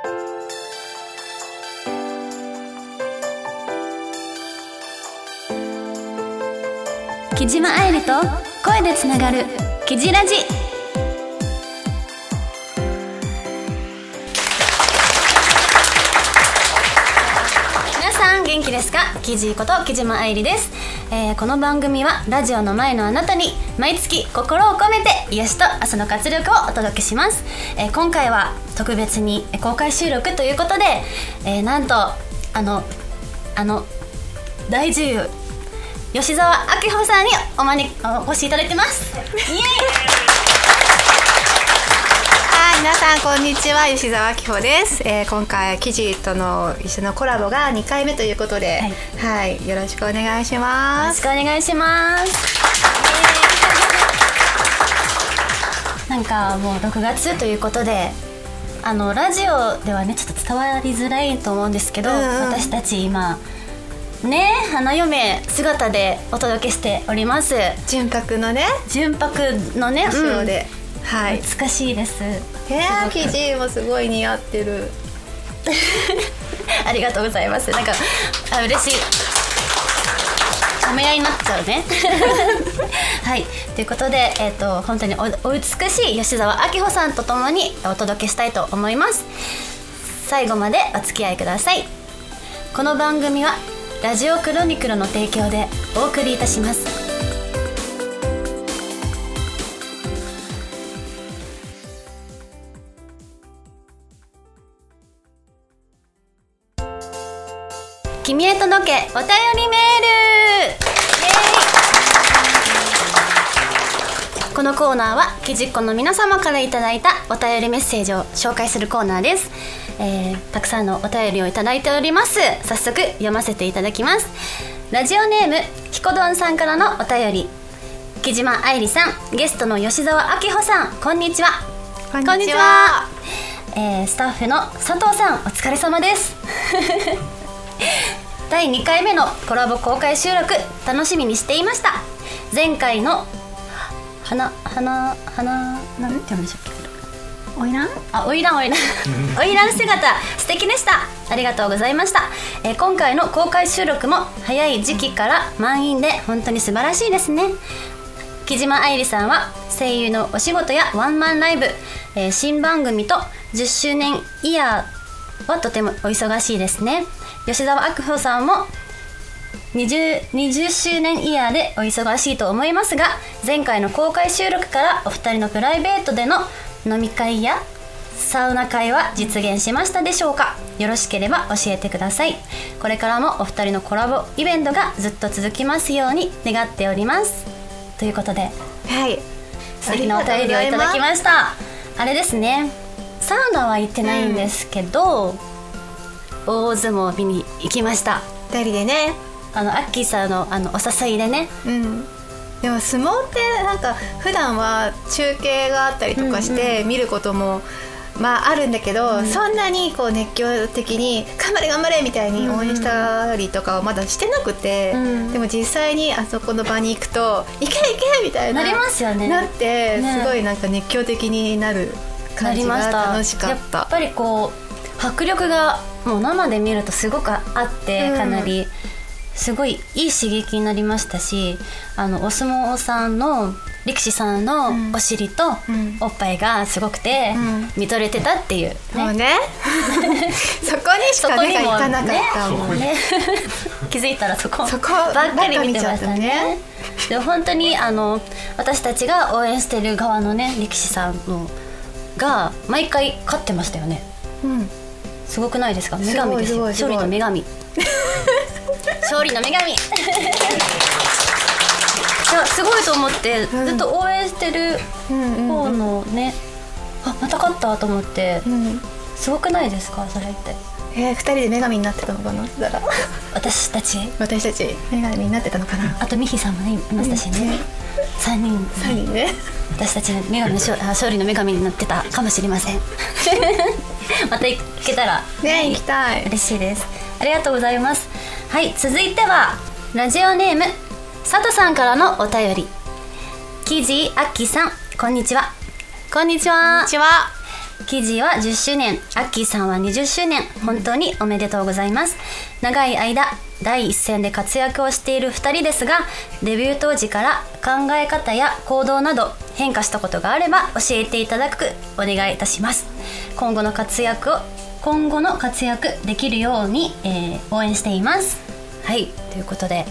木島愛理と声でつながるキジラジ。皆さん元気ですか？キジこと木島愛理です。この番組はラジオの前のあなたに毎月心を込めて癒しと朝の活力をお届けします。今回は特別に公開収録ということで、なんと大女優吉澤明穂さんにお越しいただいてます。イエイはい、皆さんこんにちは、吉澤明穂です。今回キジとの一緒のコラボが2回目ということで、はい、よろしくお願いします。 よろしくお願いします。なんかもう6月ということで、ラジオではねちょっと伝わりづらいと思うんですけど、私たち今ね、花嫁姿でお届けしております。 純白のね衣装で、はい、 美しいです。 生地もすごい似合ってるありがとうございます。なんか嬉しい、お見合いになっちゃうねはい、ということで、本当にお美しい吉澤明穂さんとともにお届けしたいと思います。最後までお付き合いください。この番組はラジオクロニクルの提供でお送りいたします。君へ届けお便りメール。このコーナーはキジっ子の皆様からいただいたお便りメッセージを紹介するコーナーです。たくさんのお便りをいただいております。早速読ませていただきます。ラジオネームひこどんさんからのお便り。木島愛理さん、ゲストの吉澤明穂さん、こんにちは。 こんにちは。 スタッフの佐藤さん、お疲れ様です第2回目のコラボ公開収録楽しみにしていました。前回のなんて読むでしょうっけ、おいらん姿素敵でした。ありがとうございました。今回の公開収録も早い時期から満員で本当に素晴らしいですね。木島愛理さんは声優のお仕事やワンマンライブ、新番組と10周年イヤーはとてもお忙しいですね。吉澤明穂さんも20周年イヤーでお忙しいと思いますが、前回の公開収録からお二人のプライベートでの飲み会やサウナ会は実現しましたでしょうか？よろしければ教えてください。これからもお二人のコラボイベントがずっと続きますように願っております。ということで、 はい、 素敵なお便りをいただきました。あれですね、サウナは行ってないんですけど、大相撲見に行きました。 2人でね、 アッキーさんのお誘いでね、 でも相撲ってなんか普段は中継があったりとかして見ることもあるんだけど、そんなにこう熱狂的に頑張れ頑張れみたいに応援したりとかはまだしてなくて、でも実際にあそこの場に行くといけいけみたいななりますよね。 なって、すごいなんか熱狂的になる感じが楽しかった。 やっぱりこう迫力がもう生で見るとすごくあって、かなりすごいいい刺激になりましたし、お相撲さんの力士さんのお尻とおっぱいがすごくて見とれてたっていうね、 もうねそこにしか目がいかなかったもんね気づいたらそこばっかり見てましたね。で本当に私たちが応援してる側のね力士さんのが毎回勝ってましたよね。すごくないですか？女神ですよ。勝利の女神勝利の女神いやすごいと思ってずっと応援してる方のね、また勝ったと思って、すごくないですかそれって。 2人で女神になってたのかな。だから私たち女神になってたのかな。 あとミヒさんもねいましたしね、3人ね、私たちの女神の勝利の女神になってたかもしれませんまた行けたらね、行きたい。 嬉しいです。ありがとうございます。はい、続いてはラジオネーム佐藤さんからのお便り。キジアッキーさん、こんにちは。 こんにちは。 記事は10周年、アッキーさんは20周年、本当におめでとうございます。長い間第一線で活躍をしている2人ですが、デビュー当時から考え方や行動など変化したことがあれば教えていただくお願いいたします。今後の活躍できるように、応援しています。はい、ということで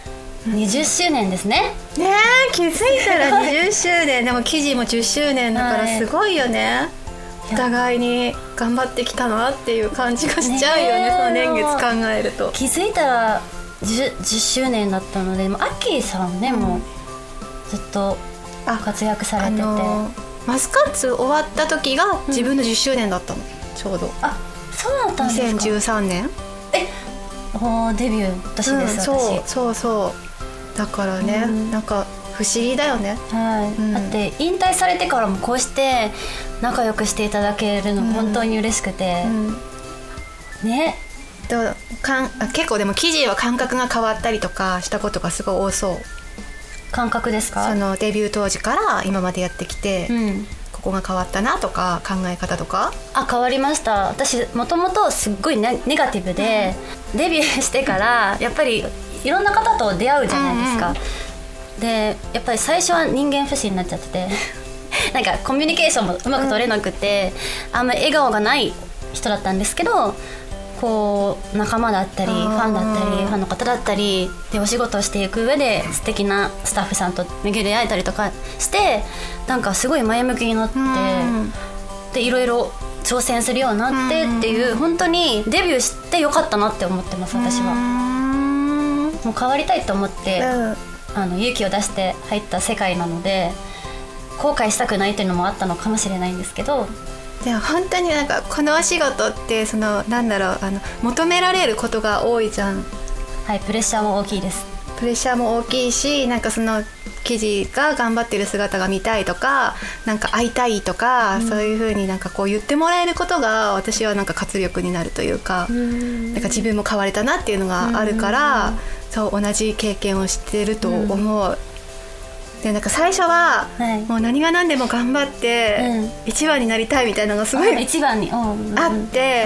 20周年ですね。 ねえ、気づいたら20周年でも記事も10周年だからすごいよね、お互いに頑張ってきたなっていう感じがしちゃうよね、その年月考えると。 気づいたら 10周年だったので、アッキーさんね、もうずっと活躍されてて、 マスカッツ終わった時が自分の10周年だったの、ちょうど。 あ、そうだったんですか。 2013年デビュー年です、私。 そうだからね、なんか不思議だよね。 はい、だって引退されてからもこうして仲良くしていただけるの本当に嬉しくて、ね。 結構でも記事は感覚が変わったりとかしたことがすごい多そう。 感覚ですか？ そのデビュー当時から今までやってきて、ここが変わったなとか考え方とか。 変わりました。私もともとすっごいネガティブで、デビューしてからやっぱりいろんな方と出会うじゃないですか、でやっぱり最初は人間不信になっちゃっててなんかコミュニケーションもうまく取れなくて、あんまり笑顔がない人だったんですけど、こう仲間だったりファンだったりファンの方だったりでお仕事をしていく上で素敵なスタッフさんと巡り会えたりとかして、なんかすごい前向きになって、でいろいろ挑戦するようになってっていう、本当にデビューしてよかったなって思ってます。私はもう変わりたいと思って、勇気を出して入った世界なので、後悔したくないっていうのもあったのかもしれないんですけど、 でも本当になんかこのお仕事って求められることが多いじゃん。 はい、プレッシャーも大きいです。 プレッシャーも大きいし、なんかその記事が頑張ってる姿が見たいとか、なんか会いたいとか、そういう風になんかこう言ってもらえることが私はなんか活力になるというか、なんか自分も変われたなっていうのがあるから、そう同じ経験をしてると思う。でなんか最初はもう何が何でも頑張って一番になりたいみたいなのがすごい一番にあって、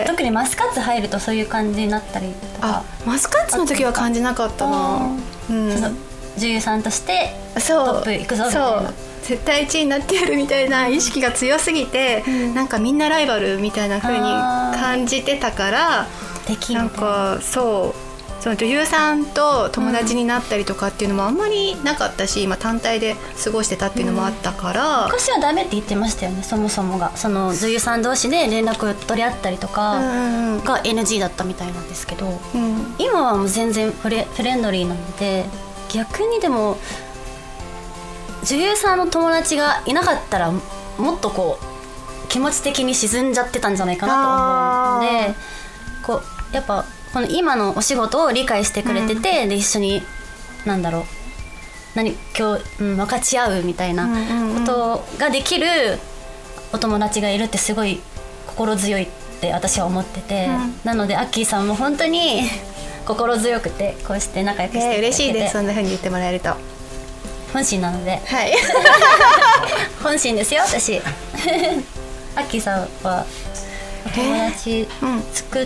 特にマスカッツ入るとそういう感じになったりとか。 マスカッツの時は感じなかったな。 女優さんとしてトップ行くぞみたいな、 絶対1位になってやるみたいな意識が強すぎて、なんかみんなライバルみたいな風に感じてたから、なんかその女優さんと友達になったりとかっていうのもあんまりなかったし、単体で過ごしてたっていうのもあったから、 昔はダメって言ってましたよね。そもそもがその女優さん同士で連絡を取り合ったりとかが NG だったみたいなんですけど、今はもう全然フレンドリーなので、逆にでも女優さんの友達がいなかったらもっとこう気持ち的に沈んじゃってたんじゃないかなと思うので、こうやっぱこの今のお仕事を理解してくれてて、で一緒に今日、分かち合うみたいなことができるお友達がいるってすごい心強いって私は思ってて、なのでアッキーさんも本当に心強くてこうして仲良くしていただいて、 嬉しいです。そんな風に言ってもらえると。 本心なので、 はい、 本心ですよ私アッキーさんはお友達作って、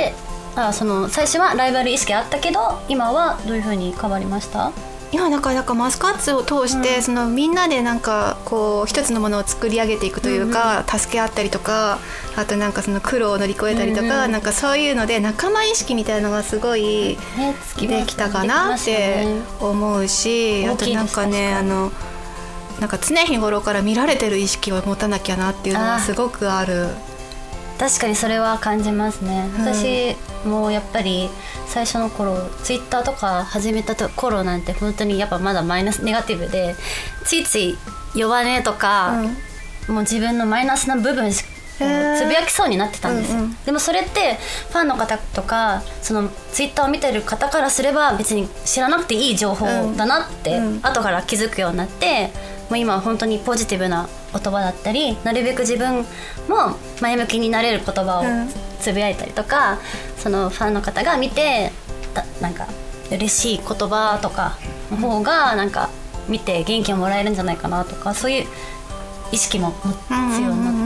その最初はライバル意識あったけど今はどういう風に変わりました？ 今なんかマスカッツを通して、そのみんなでなんかこう一つのものを作り上げていくというか、助け合ったりとか、あとなんかその苦労を乗り越えたりとか、なんかそういうので仲間意識みたいなのがすごいできたかなって思うし、あとなんかね、なんか常日頃から見られてる意識を持たなきゃなっていうのがすごくある。 確かにそれは感じますね。私もやっぱり最初の頃ツイッターとか始めた頃なんて本当にやっぱまだネガティブで、ついつい弱音とか、もう自分のマイナスな部分つぶやきそうになってたんですよ、でもそれってファンの方とかそのツイッターを見てる方からすれば別に知らなくていい情報だなって後から気づくようになって、もう今は本当にポジティブな言葉だったり、なるべく自分も前向きになれる言葉をつぶやいたりとか、そのファンの方が見てなんか嬉しい言葉とかの方がなんか見て元気をもらえるんじゃないかなとか、そういう意識も持つようになってきて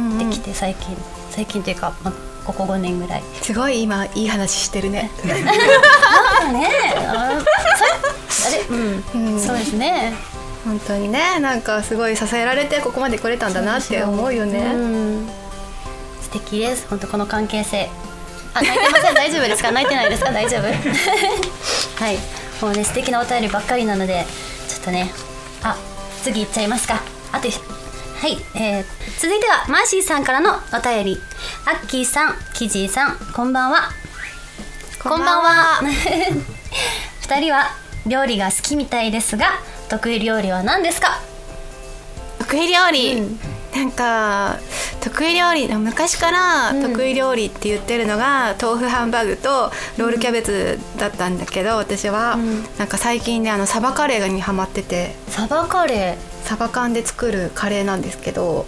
て最近というか、ここ5年ぐらい。 すごい今いい話してるね。 なんかね、そうですね。 本当にね、なんかすごい支えられてここまで来れたんだなって思うよね。 素敵です本当この関係性。泣いてません大丈夫ですか？泣いてないですか？大丈夫はい、もうね素敵なお便りばっかりなので、ちょっとね、次行っちゃいますか。はい、続いてはマーシーさんからのお便り。アッキーさん、キジーさん、こんばんは。こんばんは2人は料理が好きみたいですが、得意料理は何ですか？ 得意料理、なんか得意料理、昔から得意料理って言ってるのが、豆腐ハンバーグとロールキャベツだったんだけど、私はなんか最近ね、サバカレーにハマってて。 サバカレー、 サバ缶で作るカレーなんですけど、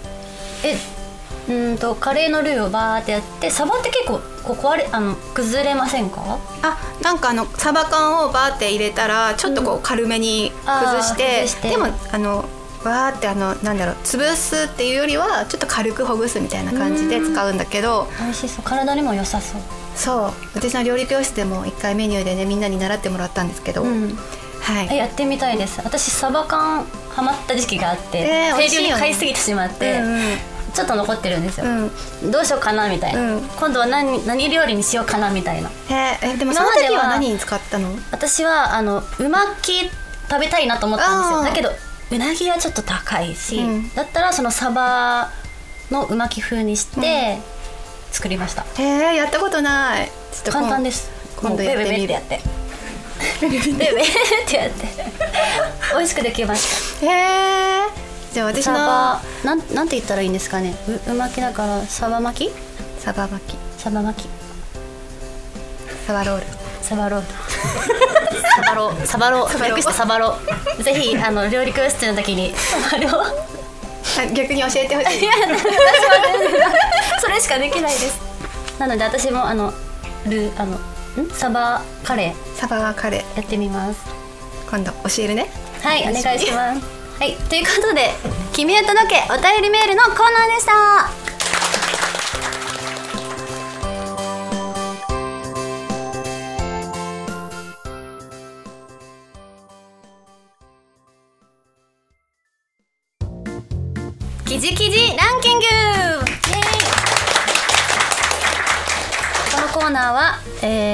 カレーのルーをバーってやって、サバって結構崩れませんか？ なんかサバ缶をバーって入れたらちょっと軽めに崩して、でもバーってなんだろう、潰すっていうよりはちょっと軽くほぐすみたいな感じで使うんだけど、 美味しそう、体にも良さそう。 そう、私の料理教室でも一回メニューでね、みんなに習ってもらったんですけど、はい、 やってみたいです。私サバ缶ハマった時期があって、大量に買いすぎてしまって、ちょっと残ってるんですよ、どうしようかなみたいな、今度は何料理にしようかなみたいな。 でもその時は何に使ったの？ 私はうまき食べたいなと思ったんですよ。だけどうなぎはちょっと高いし、だったらそのサバのうまき風にして作りました。 やったことない。ちょっと簡単です。 今度やってみる。 ベベってやって美味しくできました。 じゃあ私のなんて言ったらいいんですかね。うまきだからサバ巻き、 サバ巻き、 サバ巻き、 サバロール、 サバロールサバロー略してサバロー。ぜひ料理教室の時にサバロー逆に教えてほしい。 それしかできないです。なので私もサバカレーやってみます。 今度教えるね。 はい、お願いします。はい、ということで君へ届けお便りメールのコーナーでした。キジキジランキング。このコーナーは、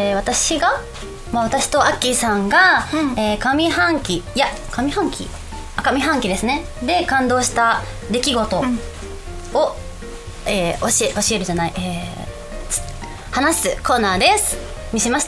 私とアッキーさんが、上半期ですねで感動した出来事を、教えるじゃない、話すコーナーですにしました。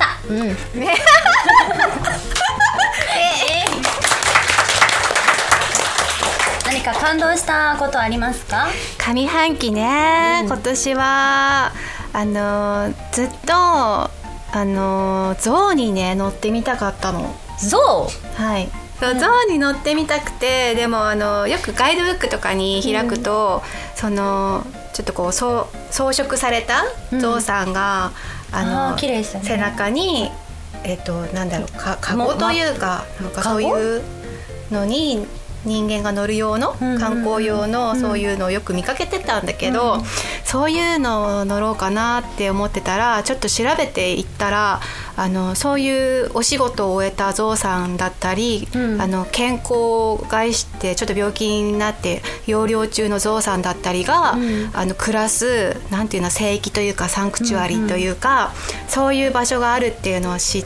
何か感動したことありますか？ 上半期ね、今年はずっと象にね乗ってみたかったの。 象？ はい。象に乗ってみたくて、でもよくガイドブックとかに開くと、ちょっと装飾された象さんが、 綺麗でしたね。 背中になんだろう、カゴというか、なんかそういうのに人間が乗る用の、観光用のそういうのをよく見かけてたんだけど、そういうのを乗ろうかなって思ってたら、ちょっと調べていったらそういうお仕事を終えた象さんだったり、健康を害してちょっと病気になって養療中の象さんだったりが、暮らすなんていうの、聖域というかサンクチュアリというか、そういう場所があるっていうのを知って、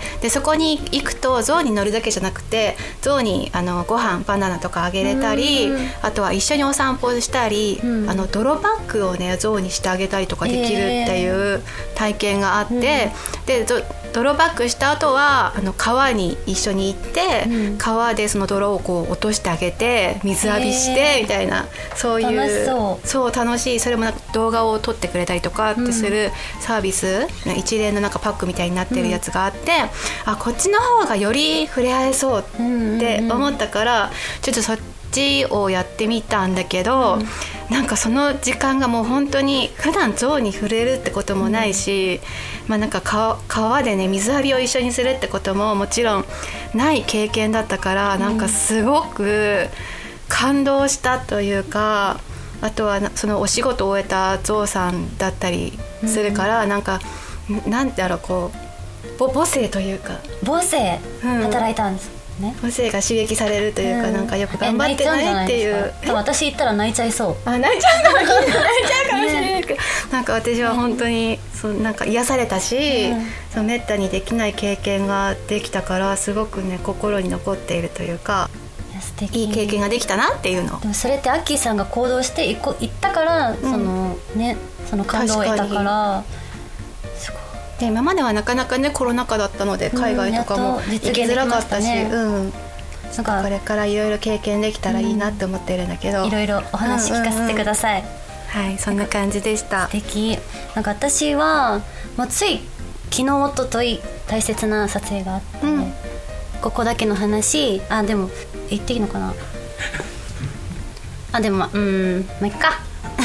でそこに行くと象に乗るだけじゃなくて、象にご飯バナナとかあげれたり、あとは一緒にお散歩したり、泥パックをね象にしてあげたりとかできるっていう体験があって、で泥バックした後は川に一緒に行って、川でその泥を落としてあげて水浴びしてみたいな、そういうそう楽しい、それも動画を撮ってくれたりとかってするサービス、一連のなんかパックみたいになってるやつがあって、こっちの方がより触れ合えそうって思ったから、ちょっとそっちをやってみたんだけど、なんかその時間がもう本当に普段象に触れるってこともないし、なんか川でね水浴びを一緒にするってことももちろんない経験だったから、なんかすごく感動したというか、 あとはそのお仕事を終えたゾウさんだったりするから、なんかなんだろう、こう母性というか母性働いたんですね、 母性が刺激されるというか、なんかよく頑張ってないっていう。 私言ったら泣いちゃいそう。 泣いちゃうかもしれないけど、なんか私は本当になんか癒されたし、そのめったにできない経験ができたから、すごくね心に残っているというか、いい経験ができたなっていうの。 でもそれってアッキーさんが行動して行ったから、その感動を得たから。 で今まではなかなかねコロナ禍だったので海外とかも行きづらかったし、なんかこれからいろいろ経験できたらいいなって思ってるんだけど、 いろいろお話聞かせてください。 はい、そんな感じでした。 素敵。なんか私はもうつい昨日おととい大切な撮影があって、ここだけの話、でも言っていいのかなでもまあいっか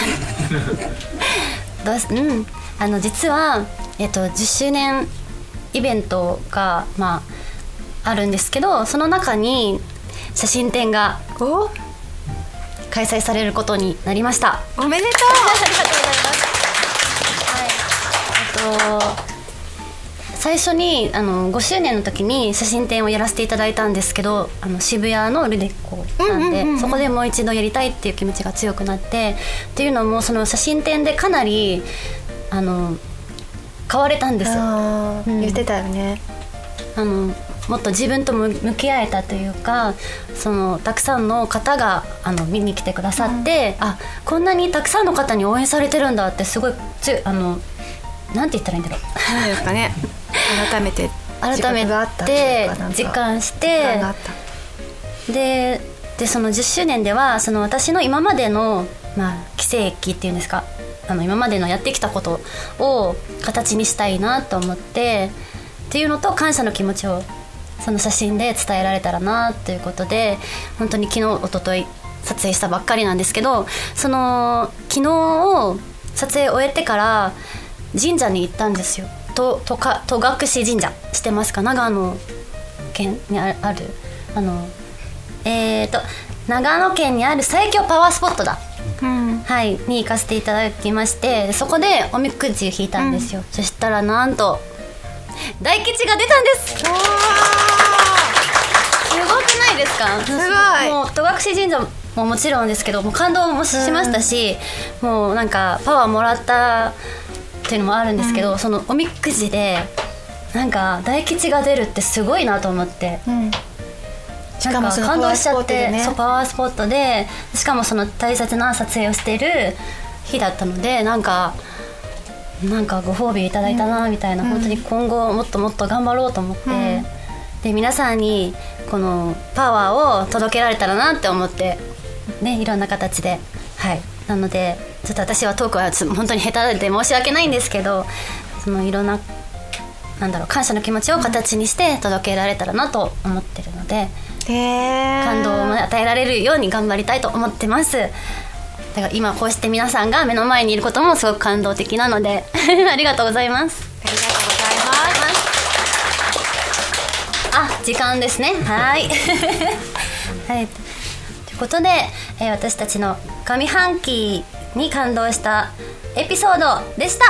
実は10周年イベントがあるんですけど、その中に写真展が開催されることになりました。 おめでとう。 ありがとうございます。最初に5周年の時に写真展をやらせていただいたんですけど、渋谷のルデコなんで、そこでもう一度やりたいっていう気持ちが強くなって、っていうのもその写真展でかなり変われたんですよ。 言ってたよね。 もっと自分と向き合えたというか、たくさんの方が見に来てくださって、こんなにたくさんの方に応援されてるんだってすごいなんて言ったらいいんだろう。 何ですかね。改めて実感して、でその10周年では私の今までの奇跡っていうんですか、今までのやってきたことを形にしたいなと思ってっていうのと、感謝の気持ちをその写真で伝えられたらなということで、本当に昨日一昨日撮影したばっかりなんですけど、昨日撮影終えてから神社に行ったんですよ。戸隠神社知ってますか？長野県にある長野県にある最強パワースポットだ、はい、に行かせていただきまして、そこでおみくじを引いたんですよ。そしたらなんと大吉が出たんです。すごくないですか？ すごい。 もう戸隠神社ももちろんですけど、もう感動もしましたし、もうなんかパワーもらったっていうのもあるんですけど、そのおみくじでなんか大吉が出るってすごいなと思って、しかもその感動しちゃって、パワースポットで、しかもその大切な撮影をしている日だったので、なんかご褒美いただいたなみたいな、本当に今後もっともっと頑張ろうと思って、で皆さんにこのパワーを届けられたらなって思ってね、いろんな形で、はい、なのでちょっと私はトークは本当に下手で申し訳ないんですけど、そのいろんな感謝の気持ちを形にして届けられたらなと思ってるので、感動を与えられるように頑張りたいと思ってます。だから今こうして皆さんが目の前にいることもすごく感動的なのでありがとうございます。 ありがとうございます。時間ですね。はい、はい、ということで、私たちの上半期に感動したエピソードでした。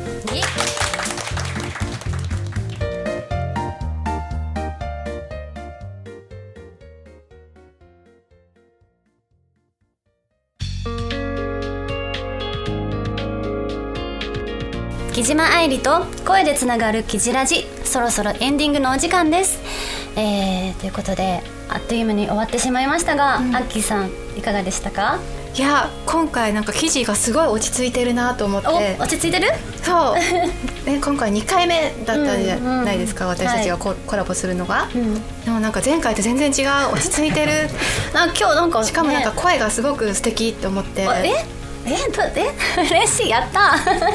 木島愛理と声でつながるキジラジ、そろそろエンディングのお時間です。ということであっという間に終わってしまいましたが、アッキーさんいかがでしたか？ いや、今回なんか記事がすごい落ち着いてるなと思って。 落ち着いてる？ そう今回2回目だったんじゃないですか、私たちがコラボするのが、でもなんか前回と全然違う、落ち着いてる今日なんか、 しかもなんか声がすごく素敵って思って、 嬉しい、やった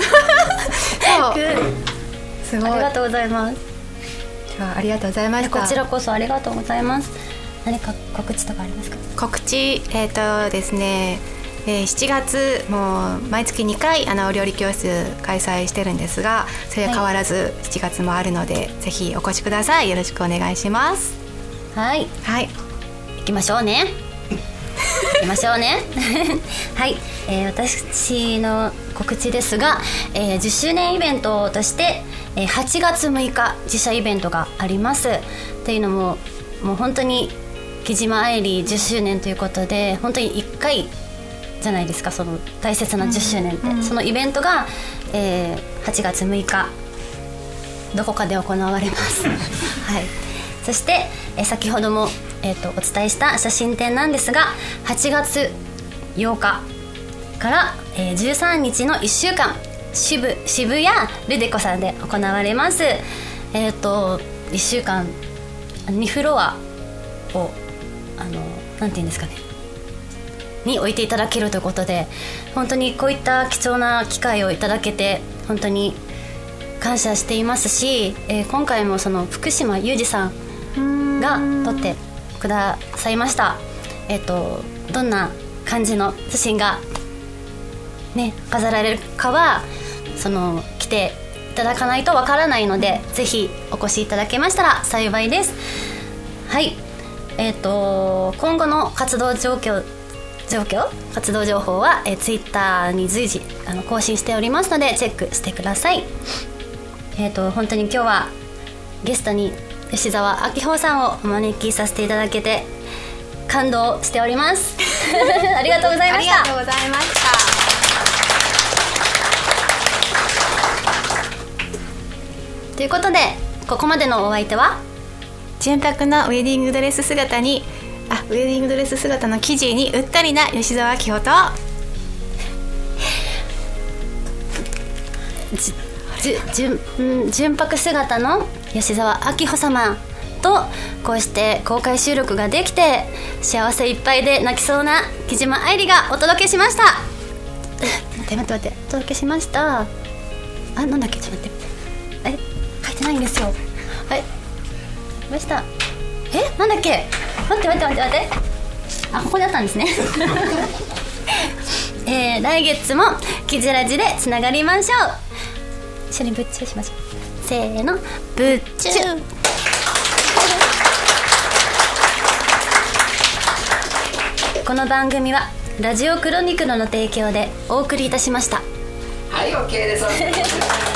すごい、 ありがとうございます。 ありがとうございました。 こちらこそありがとうございます。何か告知とかありますか？ 告知、ですね、7月もう毎月2回お料理教室開催してるんですが、それは変わらず7月もあるので、ぜひお越しください。よろしくお願いします。 はい、 はい、 行きましょうねいきましょうねはい、私の告知ですが、10周年イベントとして、8月6日自社イベントがあります。っていうのももう本当に木島愛理10周年ということで、本当に1回じゃないですか、その大切な10周年って、そのイベントが、8月6日どこかで行われますはい、そして、先ほども、お伝えした写真展なんですが、8月8日から、13日の1週間渋谷ルデコさんで行われます。1週間2フロアをなんていうんですかねに置いていただけるということで、本当にこういった貴重な機会をいただけて本当に感謝していますし、今回もその福島裕二さんが撮ってくださいました。どんな感じの写真がね飾られるかは来ていただかないとわからないので、ぜひお越しいただけましたら幸いです。はい、今後の活動情報は、ツイッターに随時更新しておりますのでチェックしてください。本当に今日はゲストに吉澤明穂さんをお招きさせていただけて感動しておりますありがとうございました。 ありがとうございましたということで、ここまでのお相手は純白のウェディングドレス姿の生地にうったりな吉澤明穂と純白姿の吉澤明穂様とこうして公開収録ができて幸せいっぱいで泣きそうな木島愛理がお届けしました待ってお届けしました。なんだっけ、ちょっと待って、書いてないんですよ。ました。なんだっけ、待って、ここにあったんですね来月もキジラジでつながりましょう。一緒にぶっちゅうしましょう。せーの、ぶっちゅうこの番組はラジオクロニクルの提供でお送りいたしました。 はい、OK です